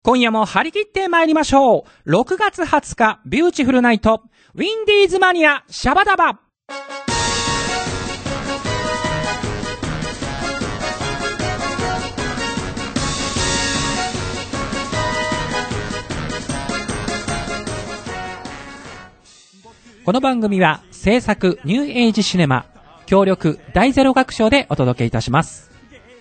今夜も張り切って参りましょう。6月20日、ビューティフルナイト、ウィンディーズマニア、シャバダバ。この番組は制作ニューエイジシネマ、協力大ゼロ学賞でお届けいたします。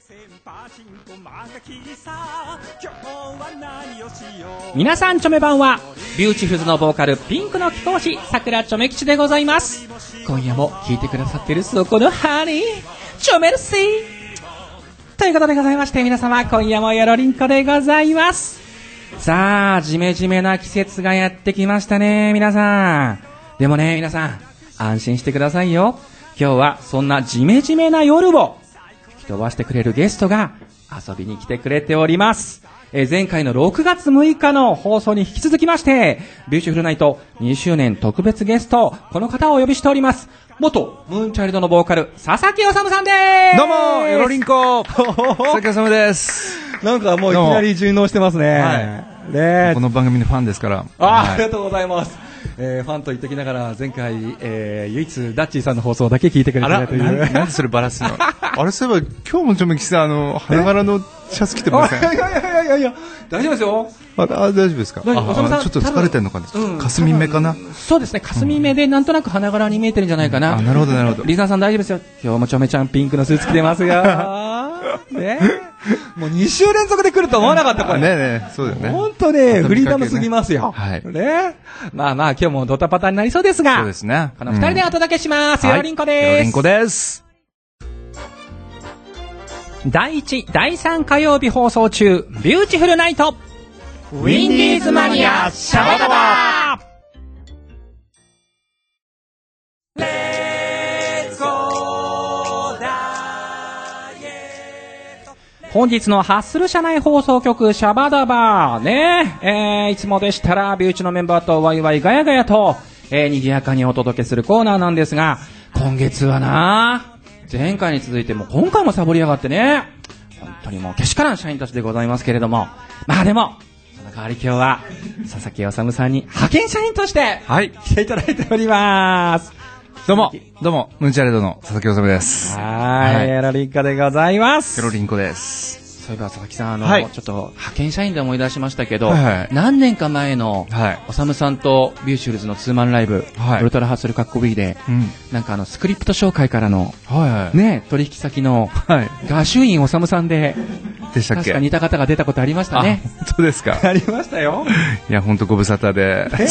皆さんチョメ版はビューティフルズのボーカルピンクの貴公子桜チョメ吉でございます。今夜も聴いてくださっているそこのハニーチョメルシーということでございまして、皆様今夜もよろりんこでございます。さあ、ジメジメな季節がやってきましたね、皆さん。でもね、皆さん安心してくださいよ。今日はそんなジメジメな夜を吹き飛ばしてくれるゲストが遊びに来てくれております。前回の6月6日の放送に引き続きまして、ビューティフルナイト2周年特別ゲスト、この方をお呼びしております。元ムーンチャイルドのボーカル、佐々木修さんです。 どうも、よろりんこ佐々木修です。 なんかもういきなり順応してますね。 はい、ね、この番組のファンですから。 ありがとうございます。ファンと言ってきながら前回、唯一ダッチーさんの放送だけ聞いてくれてるという。 なんでそれバラすのあれ、そういえば今日もちょめきさん、花柄のシャツ着てません？ いや大丈夫ですよ。 大丈夫ですか？ちょっと疲れてるのかな、霞目かな。 そうですね、霞目でなんとなく花柄に見えてるんじゃないかな。 なるほどなるほど。 リザーさん大丈夫ですよ。今日もちょめちゃんピンクのスーツ着てますよ。ね、もう2週連続で来ると思わなかったからね。そうだよね。 本当ね、フリーダムすぎますよ。 はい。 ね。まあ今日もドタパタになりそうですが。 そうですね。 この2人でお届けします。よろりんこです。 よろりんこです。 第1、第3火曜日放送中、ビューティフルナイト、ウィンディーズマニア、シャバダバー。本日のハッスル社内放送局シャバダバーね、いつもでしたらビューチのメンバーとワイワイガヤガヤと、賑やかにお届けするコーナーなんですが、今月はな、前回に続いても今回もサボりやがってね、本当にもうけしからん社員たちでございますけれども、まあでもその代わり今日は佐々木修さんに派遣社員として来ていただいております。 どうも、ムーンチャイルドの佐々木修です。 はい、よろりんこでございます。 よろりんこです。 そういえば佐々木さん、ちょっと派遣社員で思い出しましたけど、何年か前の、修さんとビューシュルズのツーマンライブ、ウルトラハッスルかっこいいで、なんかスクリプト紹介からの、ね、取引先の、画集員修さんでしたっけ？確か似た方が出たことありましたね。 本当ですか？ ありましたよ。 いや、本当ご無沙汰で。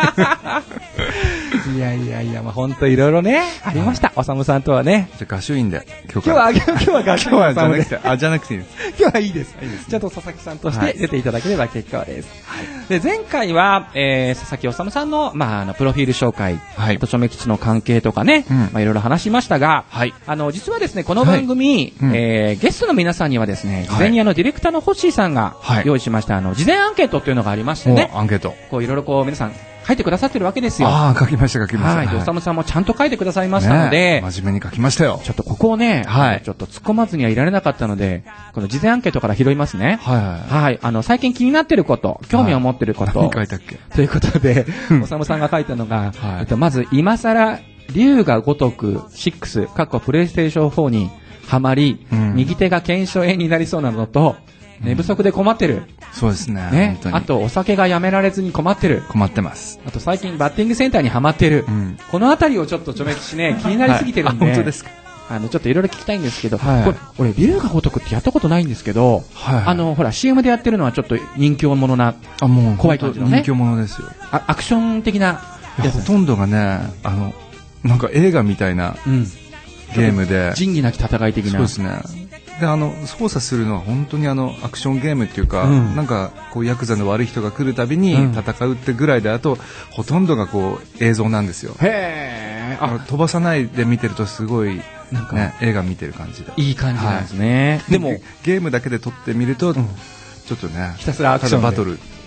いや、まあ本当いろいろね、ありました。修さんとはね。 じゃあ画集員で、 今日は画集員さんで。 じゃなくていいです。 今日はいいです。ちゃんと佐々木さんとして出ていただければ結構です。で、前回は、佐々木修さんの、プロフィール紹介、とちょめ吉の関係とかね、いろいろ話しましたが、実はですね、この番組、ゲストの皆さんにはですね、事前にディレクターのホッシーさんが用意しました事前アンケートっていうのがありましてね。 アンケート。 こういろいろ皆さん書いてくださってるわけですよ。 書きました。 はい。修さんもちゃんと書いてくださいましたので、 真面目に書きましたよ。 ちょっとここをね、ちょっと突っ込まずにはいられなかったので、この事前アンケートから拾いますね。はい。最近気になってること、興味を持ってること。 何書いたっけ？ ということで、修さんが書いたのが、まず今更龍が如く6、プレイステーション4にハマり、右手が腱鞘炎になりそうなのと、寝不足で困ってる。 そうですね。 あと、お酒がやめられずに困ってる。 困ってます。 あと、最近バッティングセンターにハマってる。このあたりをちょっとちょめきしね、気になりすぎてるんで。 本当ですか？ ちょっといろいろ聞きたいんですけど、俺、龍が如くってやったことないんですけど、ほら、CM でやってるのはちょっと人気者な、怖い感じのね。 人気者ですよ。 アクション的な。 ほとんどがね、なんか映画みたいなゲームで。 仁義なき戦い的な。 そうですね。で操作するのは本当にアクションゲームっていうか、なんかこうヤクザの悪い人が来るたびに戦うってぐらいで、あとほとんどがこう映像なんですよ。飛ばさないで見てるとすごいなんか、ね、映画見てる感じでいい感じなんですね。でもゲームだけで撮ってみると、ちょっとねひたすらアクションバトル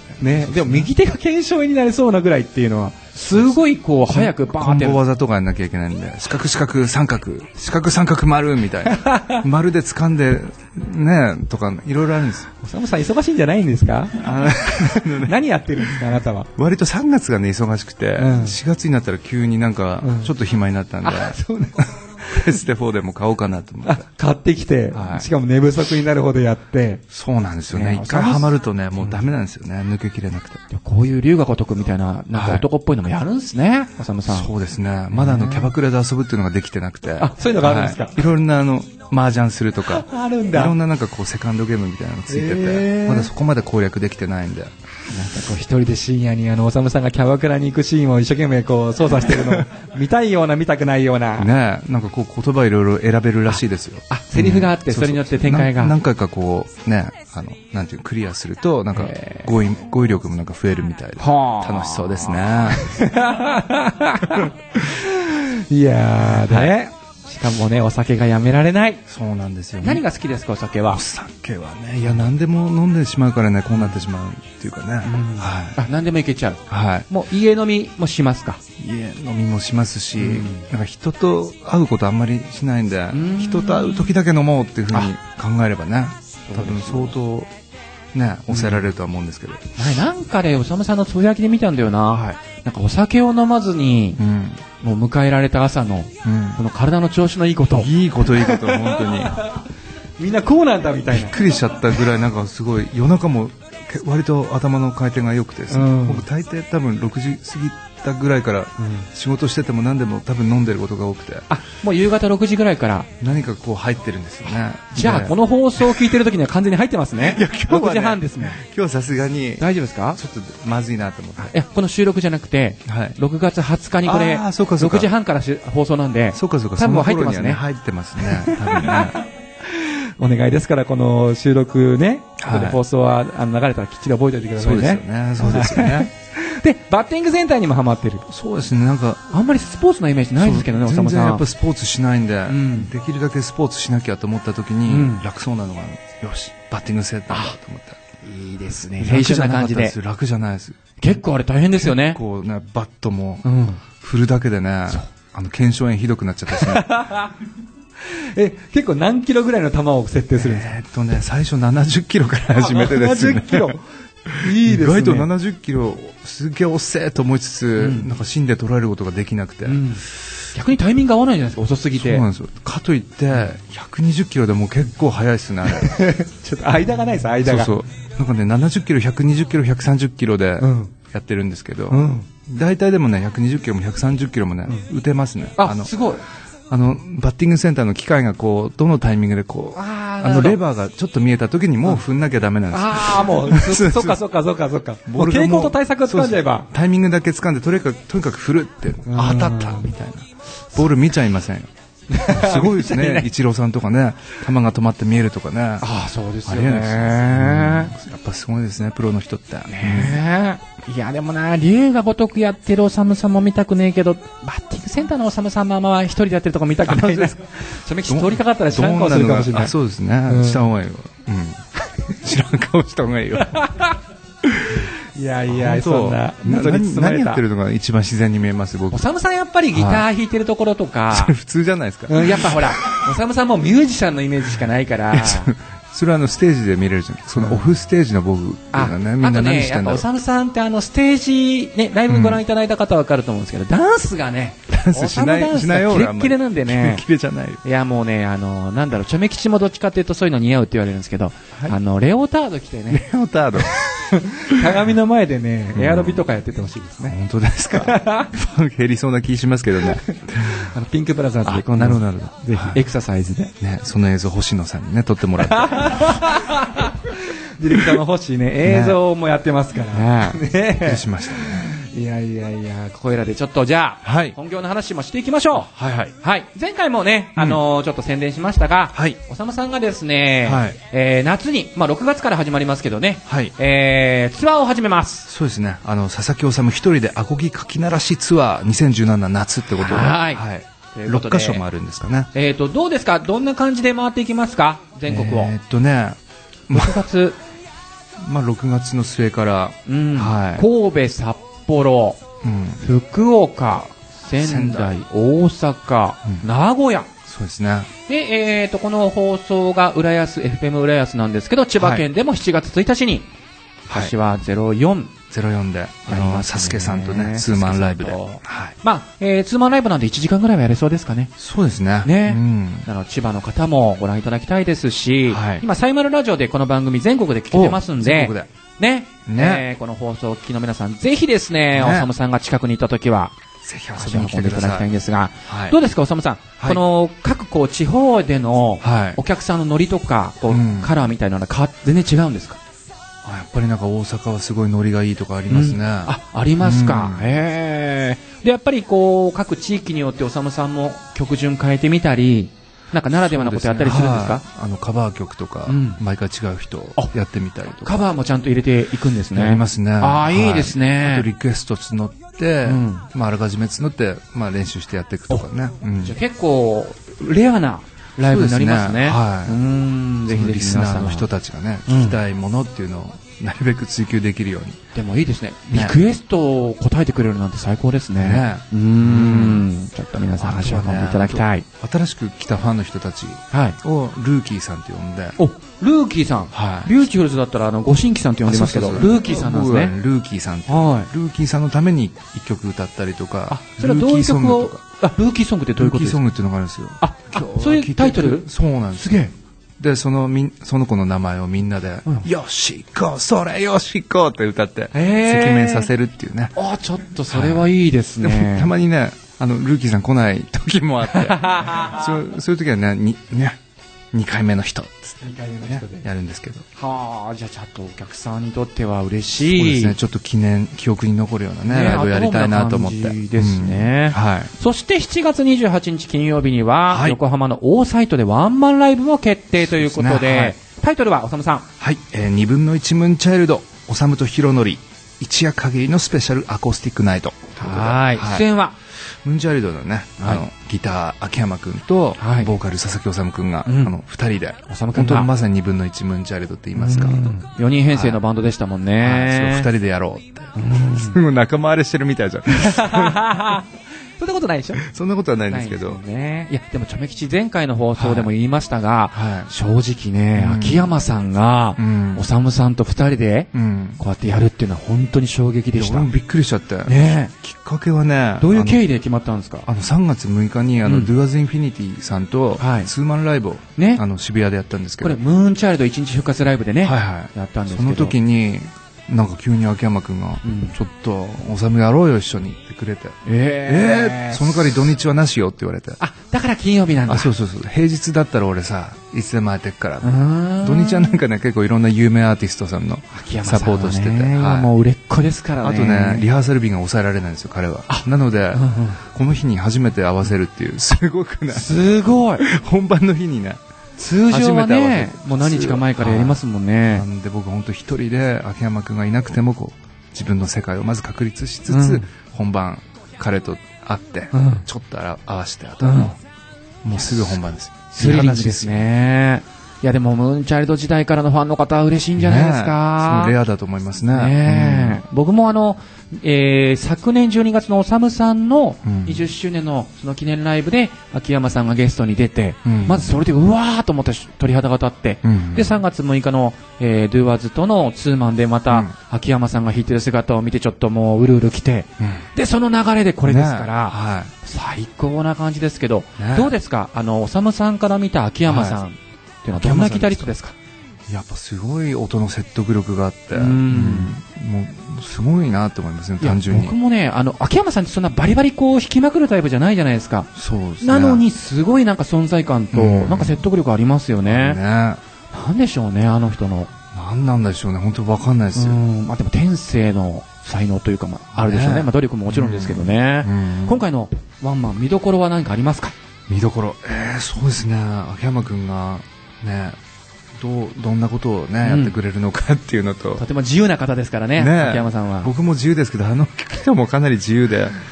ね、でも右手が腱鞘炎になりそうなぐらいっていうのはすごいこう早くバーンってコンボ技とかやんなきゃいけないんで、四角四角三角四角三角丸みたいな丸で掴んでねとかいろいろあるんですよ。 おさむさん忙しいんじゃないんですか？何やってるんですかあなたは？ 割と3月がね忙しくて、4月になったら急になんかちょっと暇になったんで、 そうね、 プレステ4でも買おうかなと思って。 買ってきて、しかも寝不足になるほどやって。 そうなんですよね。一回ハマるとね、もうダメなんですよね。抜けきれなくて。 こういう龍が如くみたいな、なんか男っぽいのもやるんですね、おさむさん。 そうですね。まだキャバクラで遊ぶっていうのができてなくて。 あ、そういうのがあるんですか？ いろんな麻雀するとか。 あるんだ。 いろんななんかこうセカンドゲームみたいなのがついてて、まだそこまで攻略できてないんで。 なんかこう一人で深夜におさむさんがキャバクラに行くシーンを一生懸命こう操作してるの見たいような見たくないようなね、なんかこう言葉いろいろ選べるらしいですよ。 セリフがあってそれによって展開が何回かこうねなんていうクリアするとなんか語彙力もなんか増えるみたいで楽しそうですね。 いやーね、しかもねお酒がやめられない。 そうなんですよね。 何が好きですかお酒は？ お酒はね、いや何でも飲んでしまうからねこうなってしまうっていうかね、 はい、何でもいけちゃう。 はい、 もう家飲みもしますか？ 家飲みもしますし、なんか人と会うことあんまりしないんで、人と会う時だけ飲もうっていうふうに考えればね、多分相当ね抑えられるとは思うんですけど、 なんかでおさむさんのつぶやきで見たんだよな、なんかお酒を飲まずに、もう迎えられた朝の、この体の調子のいいこと本当にみんなこうなんだみたいな、 びっくりしちゃったぐらいなんかすごい夜中も割と頭の回転が良くてですね、僕大抵多分6時過ぎたぐらいから仕事してても何でも多分飲んでることが多くて、 もう夕方6時ぐらいから何かこう入ってるんですよね。 じゃあこの放送を聞いてる時には完全に入ってますね。 いや今日はね、 6時半ですね。 今日はさすがに大丈夫ですか？ ちょっとまずいなと思って。 この収録じゃなくて、6月20日にこれ6時半から放送なんで、 そうか多分入ってますね。 入ってますね。多分ね。 お願いですからこの収録ね、後で放送は流れたらきっちり覚えておいてくださいね。 そうですよね。 でバッティングセンターにもハマってる。 そうですね。なんかあんまりスポーツのイメージないんですけどね、おさむさん。 全然やっぱスポーツしないんで、できるだけスポーツしなきゃと思った時に、楽そうなのがよしバッティングセンターだと思って。 いいですね。平順な感じで。 楽じゃないです。 結構あれ大変ですよね。 結構ねバットも振るだけでね、腱鞘炎ひどくなっちゃったですね。 結構何キロぐらいの球を設定するんですか？ 最初70キロから始めてですね。 70キロ。いいですね。 意外と70キロすげえおっせーと思いつつ、なんか芯で捉えることができなくて、 逆にタイミング合わないじゃないですか、遅すぎて。 そうなんですよ。かといって120キロでも結構速いですねあれ。 ちょっと間がないです。間が。 そうなんかね70キロ120キロ130キロでやってるんですけど、大体でもね120キロも130キロもね打てますね。 すごい。 バッティングセンターの機械がこうどのタイミングでこうレバーがちょっと見えた時にもう踏んなきゃダメなんですよ。 もうそっか。もう傾向と対策を掴んじゃえばタイミングだけ掴んでとにかく振るって当たったみたいなボール見ちゃいませんよ。すごいですね。イチローさんとかね、球が止まって見えるとかね。 そうですよね。 やっぱすごいですね、プロの人って。 いやでもな、龍が如くやってるおさむさんも見たくねえけど、バッティングセンターのおさむさんのまま一人でやってるとこ見たくないな。ちょめきち通りかかったら知らん顔するかもしれない。 そうですね。した方がいいよ。知らん顔した方がいいよ。 いやそんな何やってるのが一番自然に見えます僕。 おさむさんやっぱりギター弾いてるところとか、 それ普通じゃないですか。 やっぱほらおさむさんもミュージシャンのイメージしかないから。 それはステージで見れるじゃん。そのオフステージの僕っていうのはね、みんな何してんだろう。 あとね、やっぱおさむさんってステージね、ライブご覧いただいた方はわかると思うんですけど、ダンスがね、 ダンスしないような。 キレッキレなんでね。 キレッキレじゃないよ。 いやもうね、なんだろう、チョメ吉もどっちかっていうとそういうの似合うって言われるんですけど、レオタード着てね。 レオタード。 鏡の前でね、エアロビとかやっててほしいですね。 本当ですか。ファン減りそうな気しますけどね。 ピンクブラザーズでなるほど。 ぜひエクササイズで。 ね、その映像星野さんにね、撮ってもらって。 ディレクターの星ね、映像もやってますから。 ね。しましたね。 いや、ここいらでちょっとじゃあ、本業の話もしていきましょう。はい。前回もね、ちょっと宣伝しましたが、おさむさんがですね、夏に、6月から始まりますけどね、ツアーを始めます。 そうですね。佐々木修一人でアコギかき鳴らしツアー2017夏ってことで、6カ所もあるんですかね。 どうですか？どんな感じで回っていきますか？全国を。 6 月 6月の末から、 はい、神戸、札幌、福岡、仙台、大阪、名古屋。 そうですね。 で、この放送が浦安、FM 浦安なんですけど、千葉県でも7月1日に、柏04。 04で、サスケさんとね、ツーマンライブで。 まあ、ツーマンライブなんで1時間ぐらいはやれそうですかね。 そうですね。 ね。千葉の方もご覧いただきたいですし、今、サイマルラジオでこの番組全国で聞けてますんで、ね。この放送を聞きの皆さん、ぜひですね、おさむさんが近くにいたときは、 ぜひ遊びに来てください。 いただきたいんですが、どうですか、おさむさん。この、各地方でのお客さんのノリとか、カラーみたいなのは全然違うんですか？ やっぱりなんか大阪はすごいノリがいいとかありますね。 ありますか。で、やっぱり各地域によっておさむさんも曲順変えてみたり、なんかならではのことやったりするんですか？ カバー曲とか、毎回違う人やってみたりとか。 カバーもちゃんと入れていくんですね。 やりますね。 いいですね。 あとリクエスト募って、あらかじめ募って、練習してやっていくとかね。 じゃあ結構、レアなライブになりますね。 ぜひリスナーの人たちがね、聞きたいものっていうのをなるべく追求できるように。 でもいいですね。リクエストを答えてくれるなんて最高ですね。ちょっと皆さん足を運んでいただきたい。 新しく来たファンの人たちをルーキーさんって呼んで。 ルーキーさん。ビューティフルズだったらご新規さんって呼んでますけど、ルーキーさんなんですね。 ルーキーさんって。ルーキーさんのために一曲歌ったりとか。 それはどういう曲を、ルーキーソングってどういうことですか？ ルーキーソングっていうのがあるんですよ。 そういうタイトル？ そうなんです。 すげえ。 で、その子の名前をみんなで、よしこ、それよしこって歌って、赤面させるっていうね。 ちょっとそれはいいですね。 でもたまにね、ルーキーさん来ない時もあって、そういう時はね、2回目の人やるんですけど。 じゃあちょっとお客さんにとっては嬉しい。 そうですね、ちょっと記憶に残るようなね、ライブやりたいなと思って。 ですね。そして7月28日金曜日には、横浜の大サイトでワンマンライブも決定ということで、タイトルはおさむさん。 2分の1ムーンチャイルド、おさむとひろのり、一夜限りのスペシャルアコースティックナイト。 出演はムーンチャイルドのね、ギター秋山くんと、ボーカル佐々木修くんが、2人で、本当にまさに2分の1ムーンチャイルドって言いますか。 4人編成のバンドでしたもんね。 2人でやろうって。すごい仲間割れしてるみたいじゃん。 そんなことないでしょ？ そんなことはないんですけど。 いや、でも、チョメ吉前回の放送でも言いましたが、正直ね、秋山さんが、おさむさんと2人で、こうやってやるっていうのは本当に衝撃でした。 俺もびっくりしちゃって。きっかけはね、 どういう経緯で決まったんですか ？3月6日に、Do As Infinity さんと、ツーマンライブを、渋谷でやったんですけど。 これ、ムーンチャイルド1日復活ライブでね、やったんですけど。 その時に、なんか急に秋山くんが、ちょっと、おさむやろうよ一緒にってくれて。その代わり土日はなしよって言われて。 だから金曜日なんだ。 そう。平日だったら俺さ、いつでもやってっから。土日はなんかね、結構いろんな有名アーティストさんのサポートしてて。 もう売れっ子ですからね。 あとね、リハーサル日が抑えられないんですよ、彼は。なので、この日に初めて合わせるっていう、すごくね。 すごい。 本番の日にね。 通常はね、もう何日か前からやりますもんね。 なんで僕本当一人で秋山くんがいなくても自分の世界をまず確立しつつ、本番彼と会って、ちょっと合わせて、あとはもうすぐ本番ですよ。 スリリングですね。いやでもムーンチャイルド時代からのファンの方は嬉しいんじゃないですか。 レアだと思いますね。 僕も昨年12月のおさむさんの20周年のその記念ライブで秋山さんがゲストに出て、まずそれでうわーと思って鳥肌が立って、で3月6日のDo Asとのツーマンでまた秋山さんが弾いてる姿を見てちょっともううるうる来て、でその流れでこれですから、最高な感じですけど、どうですかおさむさんから見た秋山さんっていうのはどんなギタリストですか？ やっぱすごい音の説得力があって、もうすごいなと思いますね、単純に。 僕もね、秋山さんってそんなバリバリ弾きまくるタイプじゃないじゃないですか。 そうですね。 なのにすごいなんか存在感と、なんか説得力ありますよね。なんでしょうね、あの人の。 なんなんでしょうね、本当わかんないですよ。 でも天性の才能というか、あるでしょうね。努力ももちろんですけどね。今回のワンマン見どころは何かありますか？ 見どころ、そうですね、秋山くんがね、どんなことをね、やってくれるのかっていうのと、 とても自由な方ですからね、秋山さんは。 僕も自由ですけど、人もかなり自由で、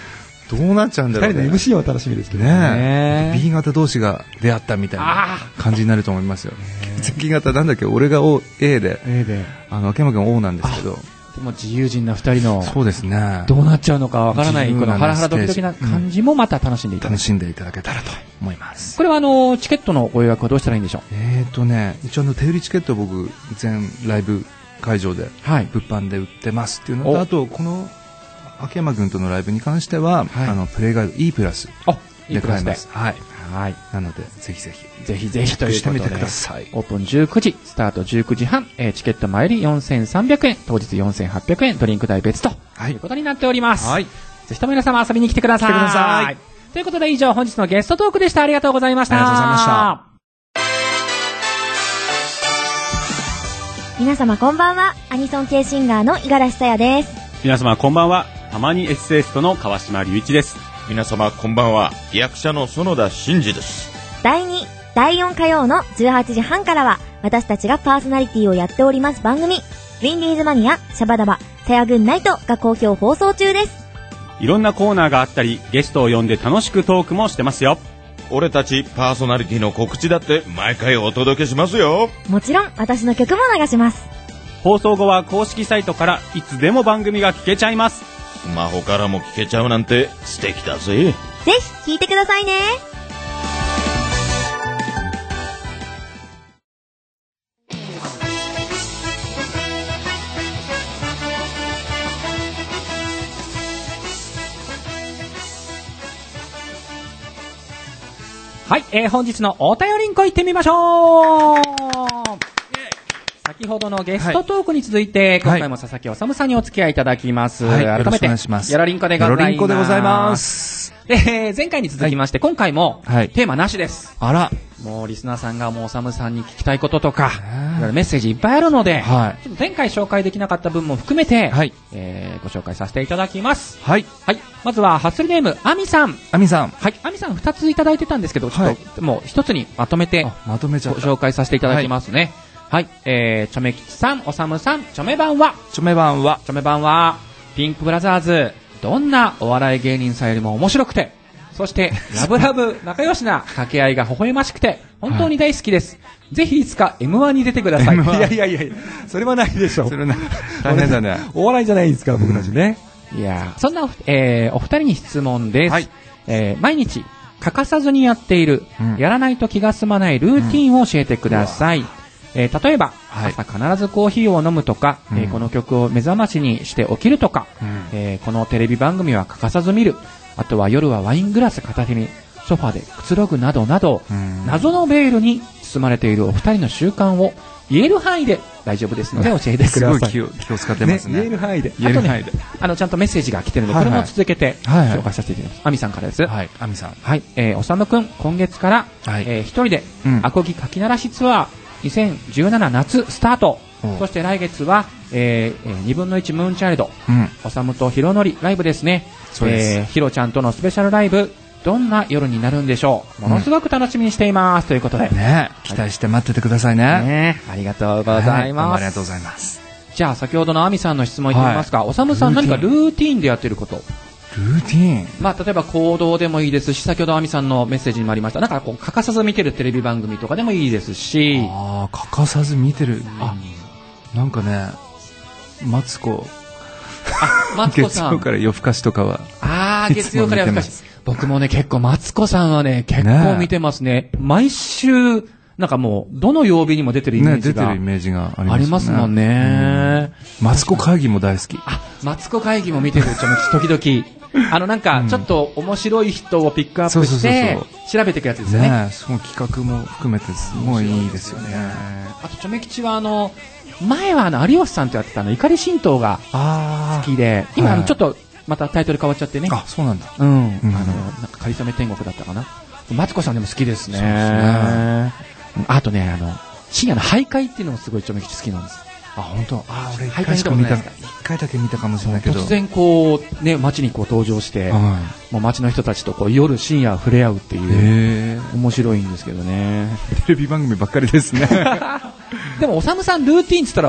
どうなっちゃうんだろうね。 2人の MC は楽しみですけどね。B 型同士が出会ったみたいな感じになると思いますよ。血液型なんだっけ、俺が A で、秋山君 O なんですけど。 でも自由人な2人の、 そうですね。 どうなっちゃうのかわからない、このハラハラドキドキな感じもまた楽しんでいただけたらと思います。これはチケットのご予約はどうしたらいいんでしょう？ 一応手売りチケットを僕、全ライブ会場で、物販で売ってますっていうのと、あと、この、秋山君とのライブに関しては、プレイガイド E プラスで買えます。はい。なので、ぜひぜひということで、オープン19時、スタート19時半、チケット前より4300円、当日4800円、ドリンク代別ということになっております。ぜひとも皆様遊びに来てください。ということで以上、本日のゲストトークでした。ありがとうございました。 ありがとうございました。 皆様こんばんは。アニソン系シンガーの五十嵐さやです。 皆様こんばんは。たまにエッセイストの川島隆一です。 皆様こんばんは。役者の園田真二です。 第2、第4火曜の18時半からは、私たちがパーソナリティをやっております番組、ウィンディーズマニア、シャバダバ、さやぐんナイトが好評放送中です。 いろんなコーナーがあったり、ゲストを呼んで楽しくトークもしてますよ。 俺たちパーソナリティの告知だって毎回お届けしますよ。 もちろん私の曲も流します。 放送後は公式サイトからいつでも番組が聞けちゃいます。 スマホからも聞けちゃうなんて素敵だぜ。 ぜひ聞いてくださいね。 はい、本日のお便りんこ行ってみましょう。先ほどのゲストトークに続いて、今回も佐々木修さんにお付き合いいただきます。改めて、よろりんこでございます。前回に続きまして、今回もテーマなしです。 あら。 もうリスナーさんがもう修さんに聞きたいこととか、メッセージいっぱいあるので、ちょっと前回紹介できなかった分も含めて、ご紹介させていただきます。まずは、ハッスルネーム、アミさん。アミさん2ついただいてたんですけど、ちょっともう一つにまとめて、ご紹介させていただきますね。チョメ吉さん、おさむさん、チョメ版は、ピンクブラザーズ、どんなお笑い芸人さんよりも面白くて、そして、ラブラブ仲良しな掛け合いが微笑ましくて、本当に大好きです。ぜひいつか M1 に出てください。いや、それはないでしょ。 大変だね。 お笑いじゃないんですから、僕たちね。いや、そんなお二人に質問です。毎日、欠かさずにやっている、やらないと気が済まないルーティンを教えてください。例えば、朝必ずコーヒーを飲むとか、この曲を目覚ましにして起きるとか、このテレビ番組は欠かさず見る、あとは夜はワイングラス片手にソファでくつろぐなどなど、謎のベールに包まれているお二人の習慣を言える範囲で大丈夫ですので教えてください。すごい気を使ってますね。 言える範囲で。あとね、ちゃんとメッセージが来てるので、これも続けて紹介させていただきます。アミさんからです。 アミさん。 おさむくん、今月から、一人で、アコギかき鳴らしツアー、2017夏スタート。そして来月は、2分の1ムーンチャイルド、おさむとひろのりライブですね。ひろちゃんとのスペシャルライブ、どんな夜になるんでしょう。ものすごく楽しみにしています。ということで。 期待して待っててくださいね。 ありがとうございます。 ありがとうございます。 じゃあ、先ほどのアミさんの質問いってみますか。おさむさん何かルーティーンでやってること。 ルーティーン、 例えば行動でもいいですし、先ほどアミさんのメッセージにもありました、なんかこう欠かさず見てるテレビ番組とかでもいいですし。 欠かさず見てる。なんかね、マツコさん。 月曜から夜更かしとかは。 月曜から夜更かし。僕もね、結構マツコさんはね、結構見てますね。毎週、なんかもう、どの曜日にも出てるイメージが。 出てるイメージがありますもんね。 マツコ会議も大好き。 マツコ会議も見てる、時々。なんか、ちょっと面白い人をピックアップして、調べていくやつですよね。 その企画も含めてすごいいいですよね。 あと、チョメ吉は前は有吉さんとやってた怒り神道が好きで、今ちょっとまたタイトル変わっちゃってね。 そうなんだ。 なんか、かりそめ天国だったかな。マツコさんでも好きですね。あとね、深夜の徘徊っていうのもすごいチョメ吉好きなんです。 本当。俺一回しか見た、一回だけ見たかもしれないけど。 突然こう、ね、街にこう登場して、もう街の人たちとこう夜深夜触れ合うっていう、面白いんですけどね。 テレビ番組ばっかりですね。 でも、おさむさんルーティンって言ったら、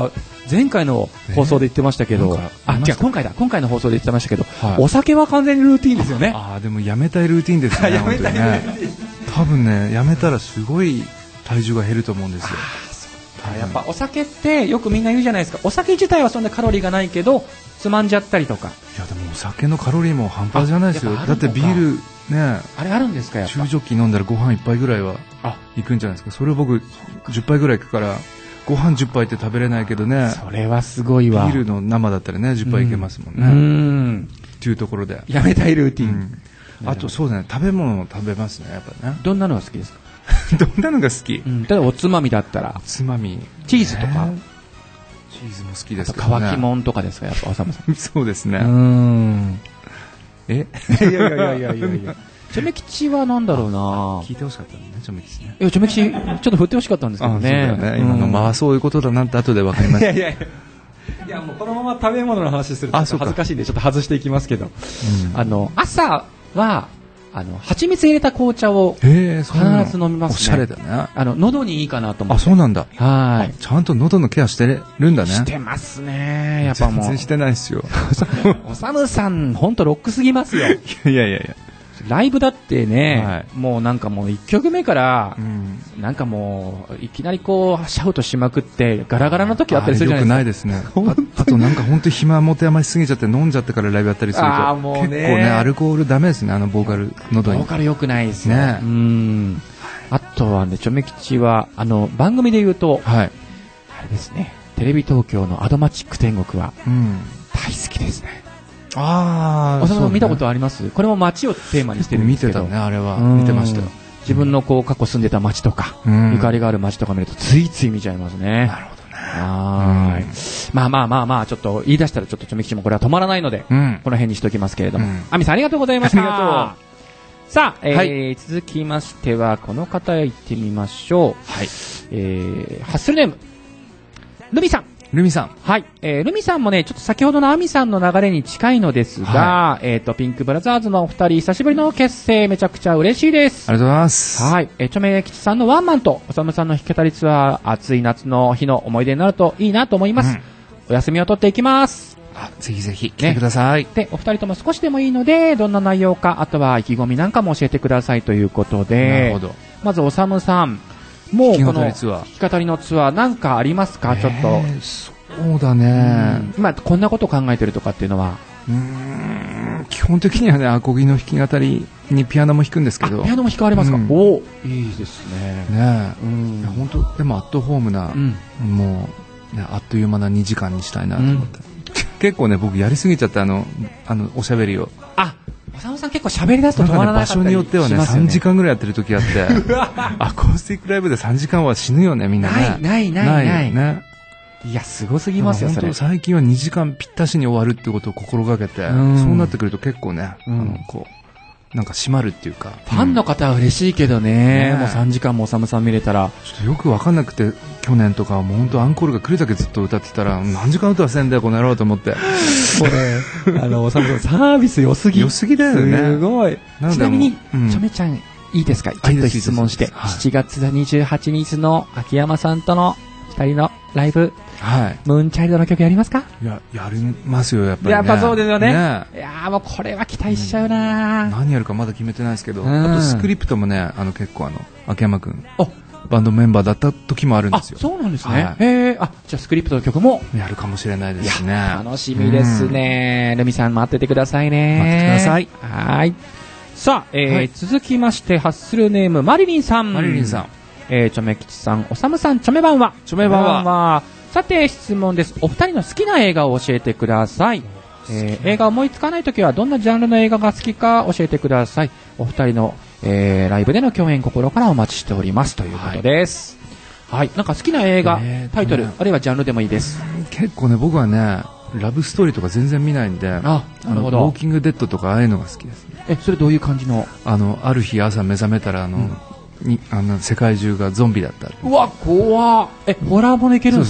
前回の放送で言ってましたけど、違う、今回の放送で言ってましたけど、お酒は完全にルーティンですよね。 でもやめたいルーティンですね、本当にね。多分ね、やめたらすごい体重が減ると思うんですよ。 やっぱお酒ってよくみんな言うじゃないですか。お酒自体はそんなカロリーがないけどつまんじゃったりとか。 いやでもお酒のカロリーも半端じゃないですよ。だってビールね、 あれあるんですか。やっぱ中ジョッキ飲んだらご飯1杯ぐらいはいくんじゃないですか。それを僕10杯ぐらいいくからご飯10杯って食べれないけどね。 それはすごいわ。 ビールの生だったらね10杯いけますもんね。っていうところでやめたいルーティン。 あとそうだね、食べ物も食べますね、やっぱね。 どんなのが好きですか。 どんなのが好き。 例えばおつまみだったら。 おつまみ。 チーズとか。 チーズも好きですけどね。乾きもんとかですか、やっぱおさむさん。 そうですね。 いや。チョメ吉はなんだろうな。 聞いてほしかったね、チョメ吉ね。 チョメ吉ちょっと振ってほしかったんですけどね。 今のそういうことだなって後で分かりました。 いやもうこのまま食べ物の話すると恥ずかしいんでちょっと外していきますけど、朝は蜂蜜入れた紅茶を必ず飲みますね。おしゃれだね。 喉にいいかなと思って。 そうなんだ。 はい。 ちゃんと喉のケアしてるんだね。 してますね。やっぱもう。 全然してないですよ。 おさむさん本当ロックすぎますよ。 いや。 ライブだってね、もうなんかもう1曲目から、なんかもういきなりこうシャウトしまくってガラガラの時あったりするじゃないですか。 よくないですね。あとなんか本当に暇持て余しすぎちゃって飲んじゃってからライブやったりすると結構ねアルコールダメですね、ボーカル喉に。 ボーカル良くないですね。あとはね、チョメ吉は番組で言うと、あれですね、テレビ東京のアドマチック天国は大好きですね。おさむさん見たことあります？これも街をテーマにしてるんですけど。 見てたね、あれは。見てましたよ。 自分のこう過去住んでた街とか、ゆかりがある街とか見るとついつい見ちゃいますね。 なるほどね。 まあちょっと言い出したらちょっとチョメ吉もこれは止まらないので、この辺にしておきますけれども。アミさんありがとうございました。 ありがとう。さあ、続きましてはこの方へ行ってみましょう。ハッスルネームルミさん。はい。ルミさんもね、ちょっと先ほどのアミさんの流れに近いのですが、ピンクブラザーズのお二人、久しぶりの結成、めちゃくちゃ嬉しいです。 ありがとうございます。 はい。チョメ吉さんのワンマンと、おさむさんの弾き語りツアー、暑い夏の日の思い出になるといいなと思います。お休みを取っていきます。 ぜひぜひ来てください。 で、お二人とも少しでもいいので、どんな内容か、あとは意気込みなんかも教えてくださいということで、 なるほど。 まずおさむさん、もうこの弾き語りのツアーなんかありますか？ちょっと。 そうだね。 こんなこと考えてるとかっていうのは、 基本的にはね、アコギの弾き語りにピアノも弾くんですけど。 ピアノも弾かれますか？お、いいですね。 本当でもアットホームな、もうあっという間な2時間にしたいなと思って。結構ね、僕やりすぎちゃっておしゃべりを。 おさむさん結構喋り出すと止まらなかったりしますよね。 場所によってはね、3時間ぐらいやってる時あって、アコースティックライブで3時間は死ぬよね、みんなね。 ないね。いや、すごすぎますよ、それ。 最近は2時間ぴったしに終わるってことを心がけて、そうなってくると結構ね、なんか締まるっていうか。 ファンの方は嬉しいけどね、もう3時間もおさむさん見れたら。 ちょっとよくわかんなくて、去年とかはもう本当アンコールが来るだけずっと歌ってたら、何時間歌わせんだよ、この野郎と思って。 これ、おさむさんサービス良すぎ。 良すぎだよね。 すごい。ちなみに、チョメちゃん、いいですか？ちょっと質問して。7月28日の秋山さんとの2人のライブ、ムーンチャイルドの曲やりますか？ いや、やりますよ、やっぱりね。 やっぱそうですよね。いや、もうこれは期待しちゃうな。 何やるかまだ決めてないですけど、あとスクリプトもね、結構秋山くん、バンドメンバーだった時もあるんですよ。 そうなんですね。じゃあスクリプトの曲もやるかもしれないですね。 楽しみですね。ルミさん待っててくださいね。 待っててください。 はい。さあ、続きましてハッスルネームマリリンさん。チョメ吉さん、おさむさん、チョメ版は。さて質問です。お二人の好きな映画を教えてください。映画思いつかないときはどんなジャンルの映画が好きか教えてください。お二人の、ライブでの共演心からお待ちしておりますということです。はい。なんか好きな映画、タイトル、あるいはジャンルでもいいです。 結構ね、僕はね、ラブストーリーとか全然見ないんで、ウォーキングデッドとかああいうのが好きですね。 それどういう感じの？ ある日朝目覚めたら世界中がゾンビだった。 うわ、怖っ。ホラーものいけるんですか？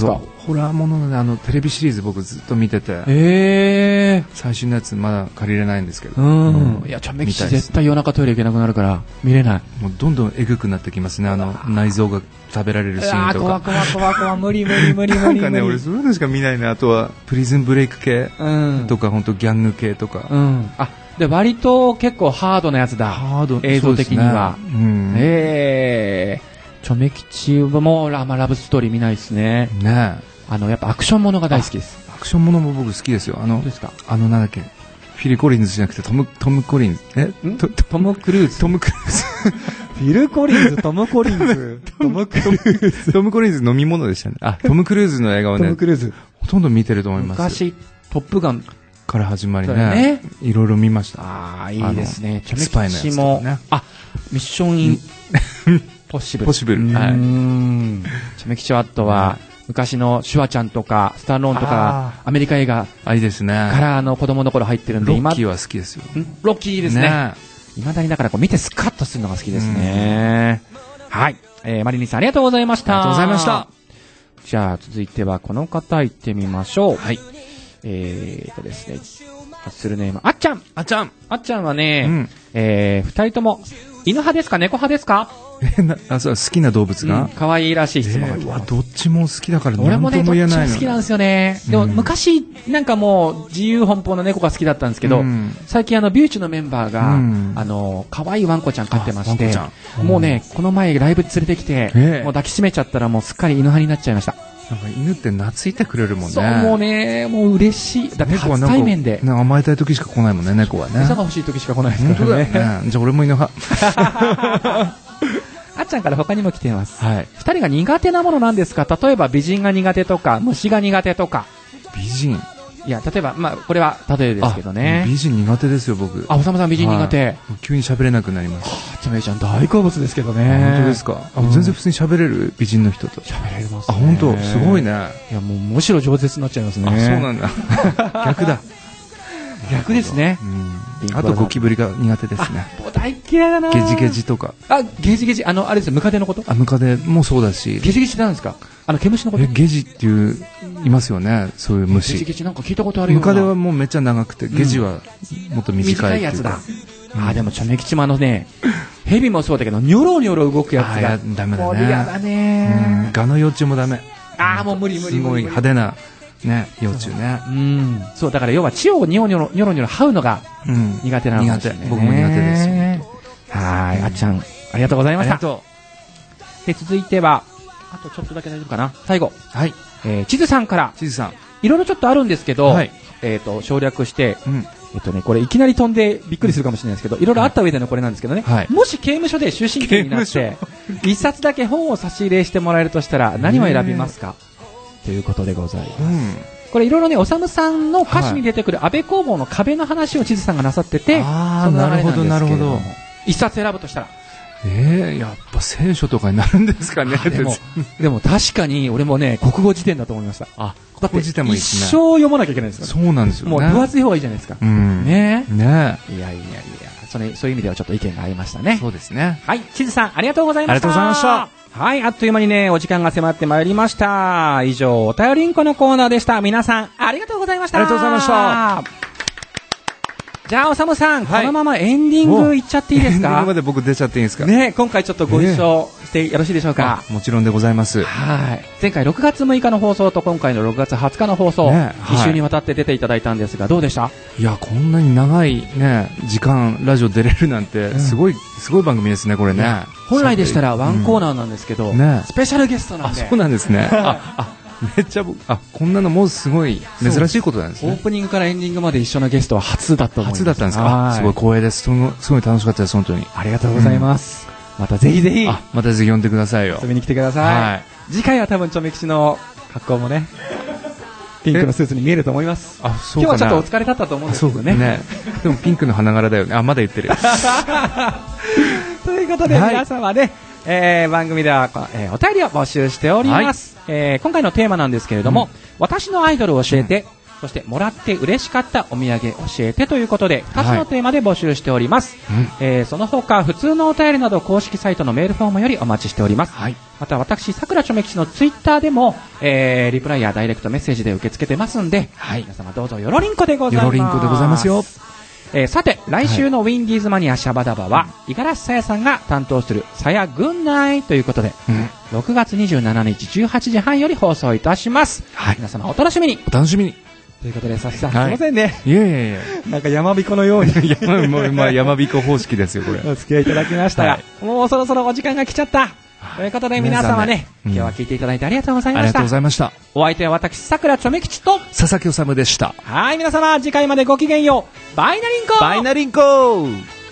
ホラーもののテレビシリーズ僕ずっと見てて、最新のやつまだ借りれないんですけど、 いや、チョメ吉絶対夜中トイレ行けなくなるから見れない。 もうどんどんえぐくなってきますね、内臓が食べられるシーンとか。 怖無理なんかね、俺そういうのしか見ないね。あとはプリズンブレイク系とか、本当ギャング系とか。 で割と結構ハードなやつだ。映像的には。チョメ吉もラブストーリー見ないですね。やっぱアクションものが大好きです。 アクションものも僕好きですよ。 ですか。 なんだっけ、フィル・コリンズじゃなくてトム・コリンズ、 トム・クルーズ。フィル・コリンズ、トム・コリンズ、トム・コリンズ飲み物でしたね。トム・クルーズの映画をね、ほとんど見てると思います。 昔トップガンから始まりね、いろいろ見ました。 いいですね。チョメスパイのやつもミッションインポッシブル。チョメ吉はあとは昔のシュワちゃんとかスタローンとかアメリカ映画いいですね。 から子供の頃入ってるんで、 ロッキーは好きですよ。 ロッキーですね。未だにだから見てスカッとするのが好きですね。はい、マリニさんありがとうございました。 ありがとうございました。 じゃあ続いてはこの方行ってみましょう。はい。ですね、発するネームあっちゃんはね、二人とも犬派ですか猫派ですか？ 好きな動物が可愛いらしい質問が来てます。 どっちも好きだから俺もね、 どっちも好きなんですよね。でも昔なんかもう自由奔放な猫が好きだったんですけど、最近ビューチのメンバーが可愛いワンコちゃん飼ってまして、もうね、この前ライブ連れてきて、もう抱きしめちゃったらもうすっかり犬派になっちゃいました。 なんか犬って懐いてくれるもんね。 そう、もうね、もう嬉しい。だって初対面で。 甘えたい時しか来ないもんね、猫はね。 餌が欲しい時しか来ないですからね。 じゃあ俺も犬派。 あっちゃんから他にも来ています。二人が苦手なものなんですか？例えば美人が苦手とか、虫が苦手とか。 美人？ いや、例えば、これは例えですけどね。 美人苦手ですよ、僕。 おさむさん美人苦手。 急に喋れなくなります。 チョメちゃん大好物ですけどね。 本当ですか？全然普通に喋れる、美人の人と。 喋れますね。 本当すごいね。 いや、もうむしろ饒舌になっちゃいますね。 そうなんだ。逆だ。 逆ですね。 あとゴキブリが苦手ですね。 大嫌いだな。 ゲジゲジとか。 ゲジゲジ、あれですよ、ムカデのこと？ ムカデもそうだし。 ゲジゲジって何ですか？毛虫のこと？ ゲジっていますよね、そういう虫。 ゲジゲジなんか聞いたことあるよ。 ムカデはもうめっちゃ長くて、ゲジはもっと短いやつだ。でもチョメ吉もね、ヘビもそうだけど、ニョロニョロ動くやつが。 ダメだね。 嫌だね。 ガの幼虫もダメ。 もう無理。 すごい派手な。ね、幼虫ね。 そう、だから要は血をニョロニョロ這うのが苦手なのかもしれないね。 僕も苦手ですよ。 はい、あっちゃん、ありがとうございました。で、続いては、あとちょっとだけ大丈夫かな。最後。はい。地図さんから。 地図さん。 いろいろちょっとあるんですけど、省略して、これいきなり飛んでびっくりするかもしれないですけど、いろいろあった上でのこれなんですけどね。もし刑務所で終身刑になって、一冊だけ本を差し入れしてもらえるとしたら、何を選びますか？ということでございます。これいろいろね、おさむさんの歌詞に出てくる安倍工房の壁の話を地図さんがなさってて、 なるほどなるほど。 一冊選ぶとしたら、 やっぱ聖書とかになるんですかね。 でも確かに俺もね、国語辞典だと思いました。 国語辞典もいいですね。 一生読まなきゃいけないんですよ。 そうなんですよ。 もう分厚い方がいいじゃないですか。ね。いやそういう意味ではちょっと意見が合いましたね。 そうですね。 はい、地図さんありがとうございました。 ありがとうございました。 はい、あっという間にね、お時間が迫ってまいりました。以上、お便りんこのコーナーでした。皆さん、ありがとうございました。 ありがとうございました。 じゃあ、おさむさん、このままエンディングいっちゃっていいですか？ エンディングまで僕出ちゃっていいですか？ ね、今回ちょっとご一緒してよろしいでしょうか？ もちろんでございます。 はい。前回6月6日の放送と今回の6月20日の放送、2週にわたって出ていただいたんですが、どうでした？ いや、こんなに長いね、時間、ラジオ出れるなんて、すごい番組ですね、これね。 本来でしたらワンコーナーなんですけど、スペシャルゲストなんで。 そうなんですね。めっちゃこんなのもうすごい珍しいことなんですね。 オープニングからエンディングまで一緒のゲストは初だと思います。 初だったんですか？すごい光栄です。すごい楽しかったです、本当に。 ありがとうございます。またぜひぜひ。 またぜひ呼んでくださいよ。 遊びに来てください。次回は多分チョメ吉の格好もね、ピンクのスーツに見えると思います。今日はちょっとお疲れだったと思うんですけどね。 でもピンクの花柄だよね。まだ言ってる。 ということで皆さんはね、番組では、お便りを募集しております。今回のテーマなんですけれども、私のアイドルを教えて、 そしてもらって嬉しかったお土産教えてということで2つのテーマで募集しております、その他普通のお便りなど公式サイトのメールフォームよりお待ちしております、また私さくらちょめ吉のツイッターでも、リプライやダイレクトメッセージで受け付けてますんで、皆様どうぞよろりんこでございます。 よろりんこでございますよ。 さて来週のウィンディーズマニアシャバダバは五十嵐さやさんが担当するさやぐんないということで、6月27日18時半より放送いたします、皆様お楽しみに。 お楽しみにということで、さきさん、すいませんね。 いやいやいや。 なんか山彦のように。 まあ山彦方式ですよ、これ。 お付き合いいただきましたが、もうそろそろお時間が来ちゃった。ということで皆様ね、今日は聞いていただいてありがとうございました。 ありがとうございました。 お相手は私、さくらちょめ吉と、 佐々木おさむでした。 はい、皆様、次回までごきげんよう。バイナリンコバイナリンコ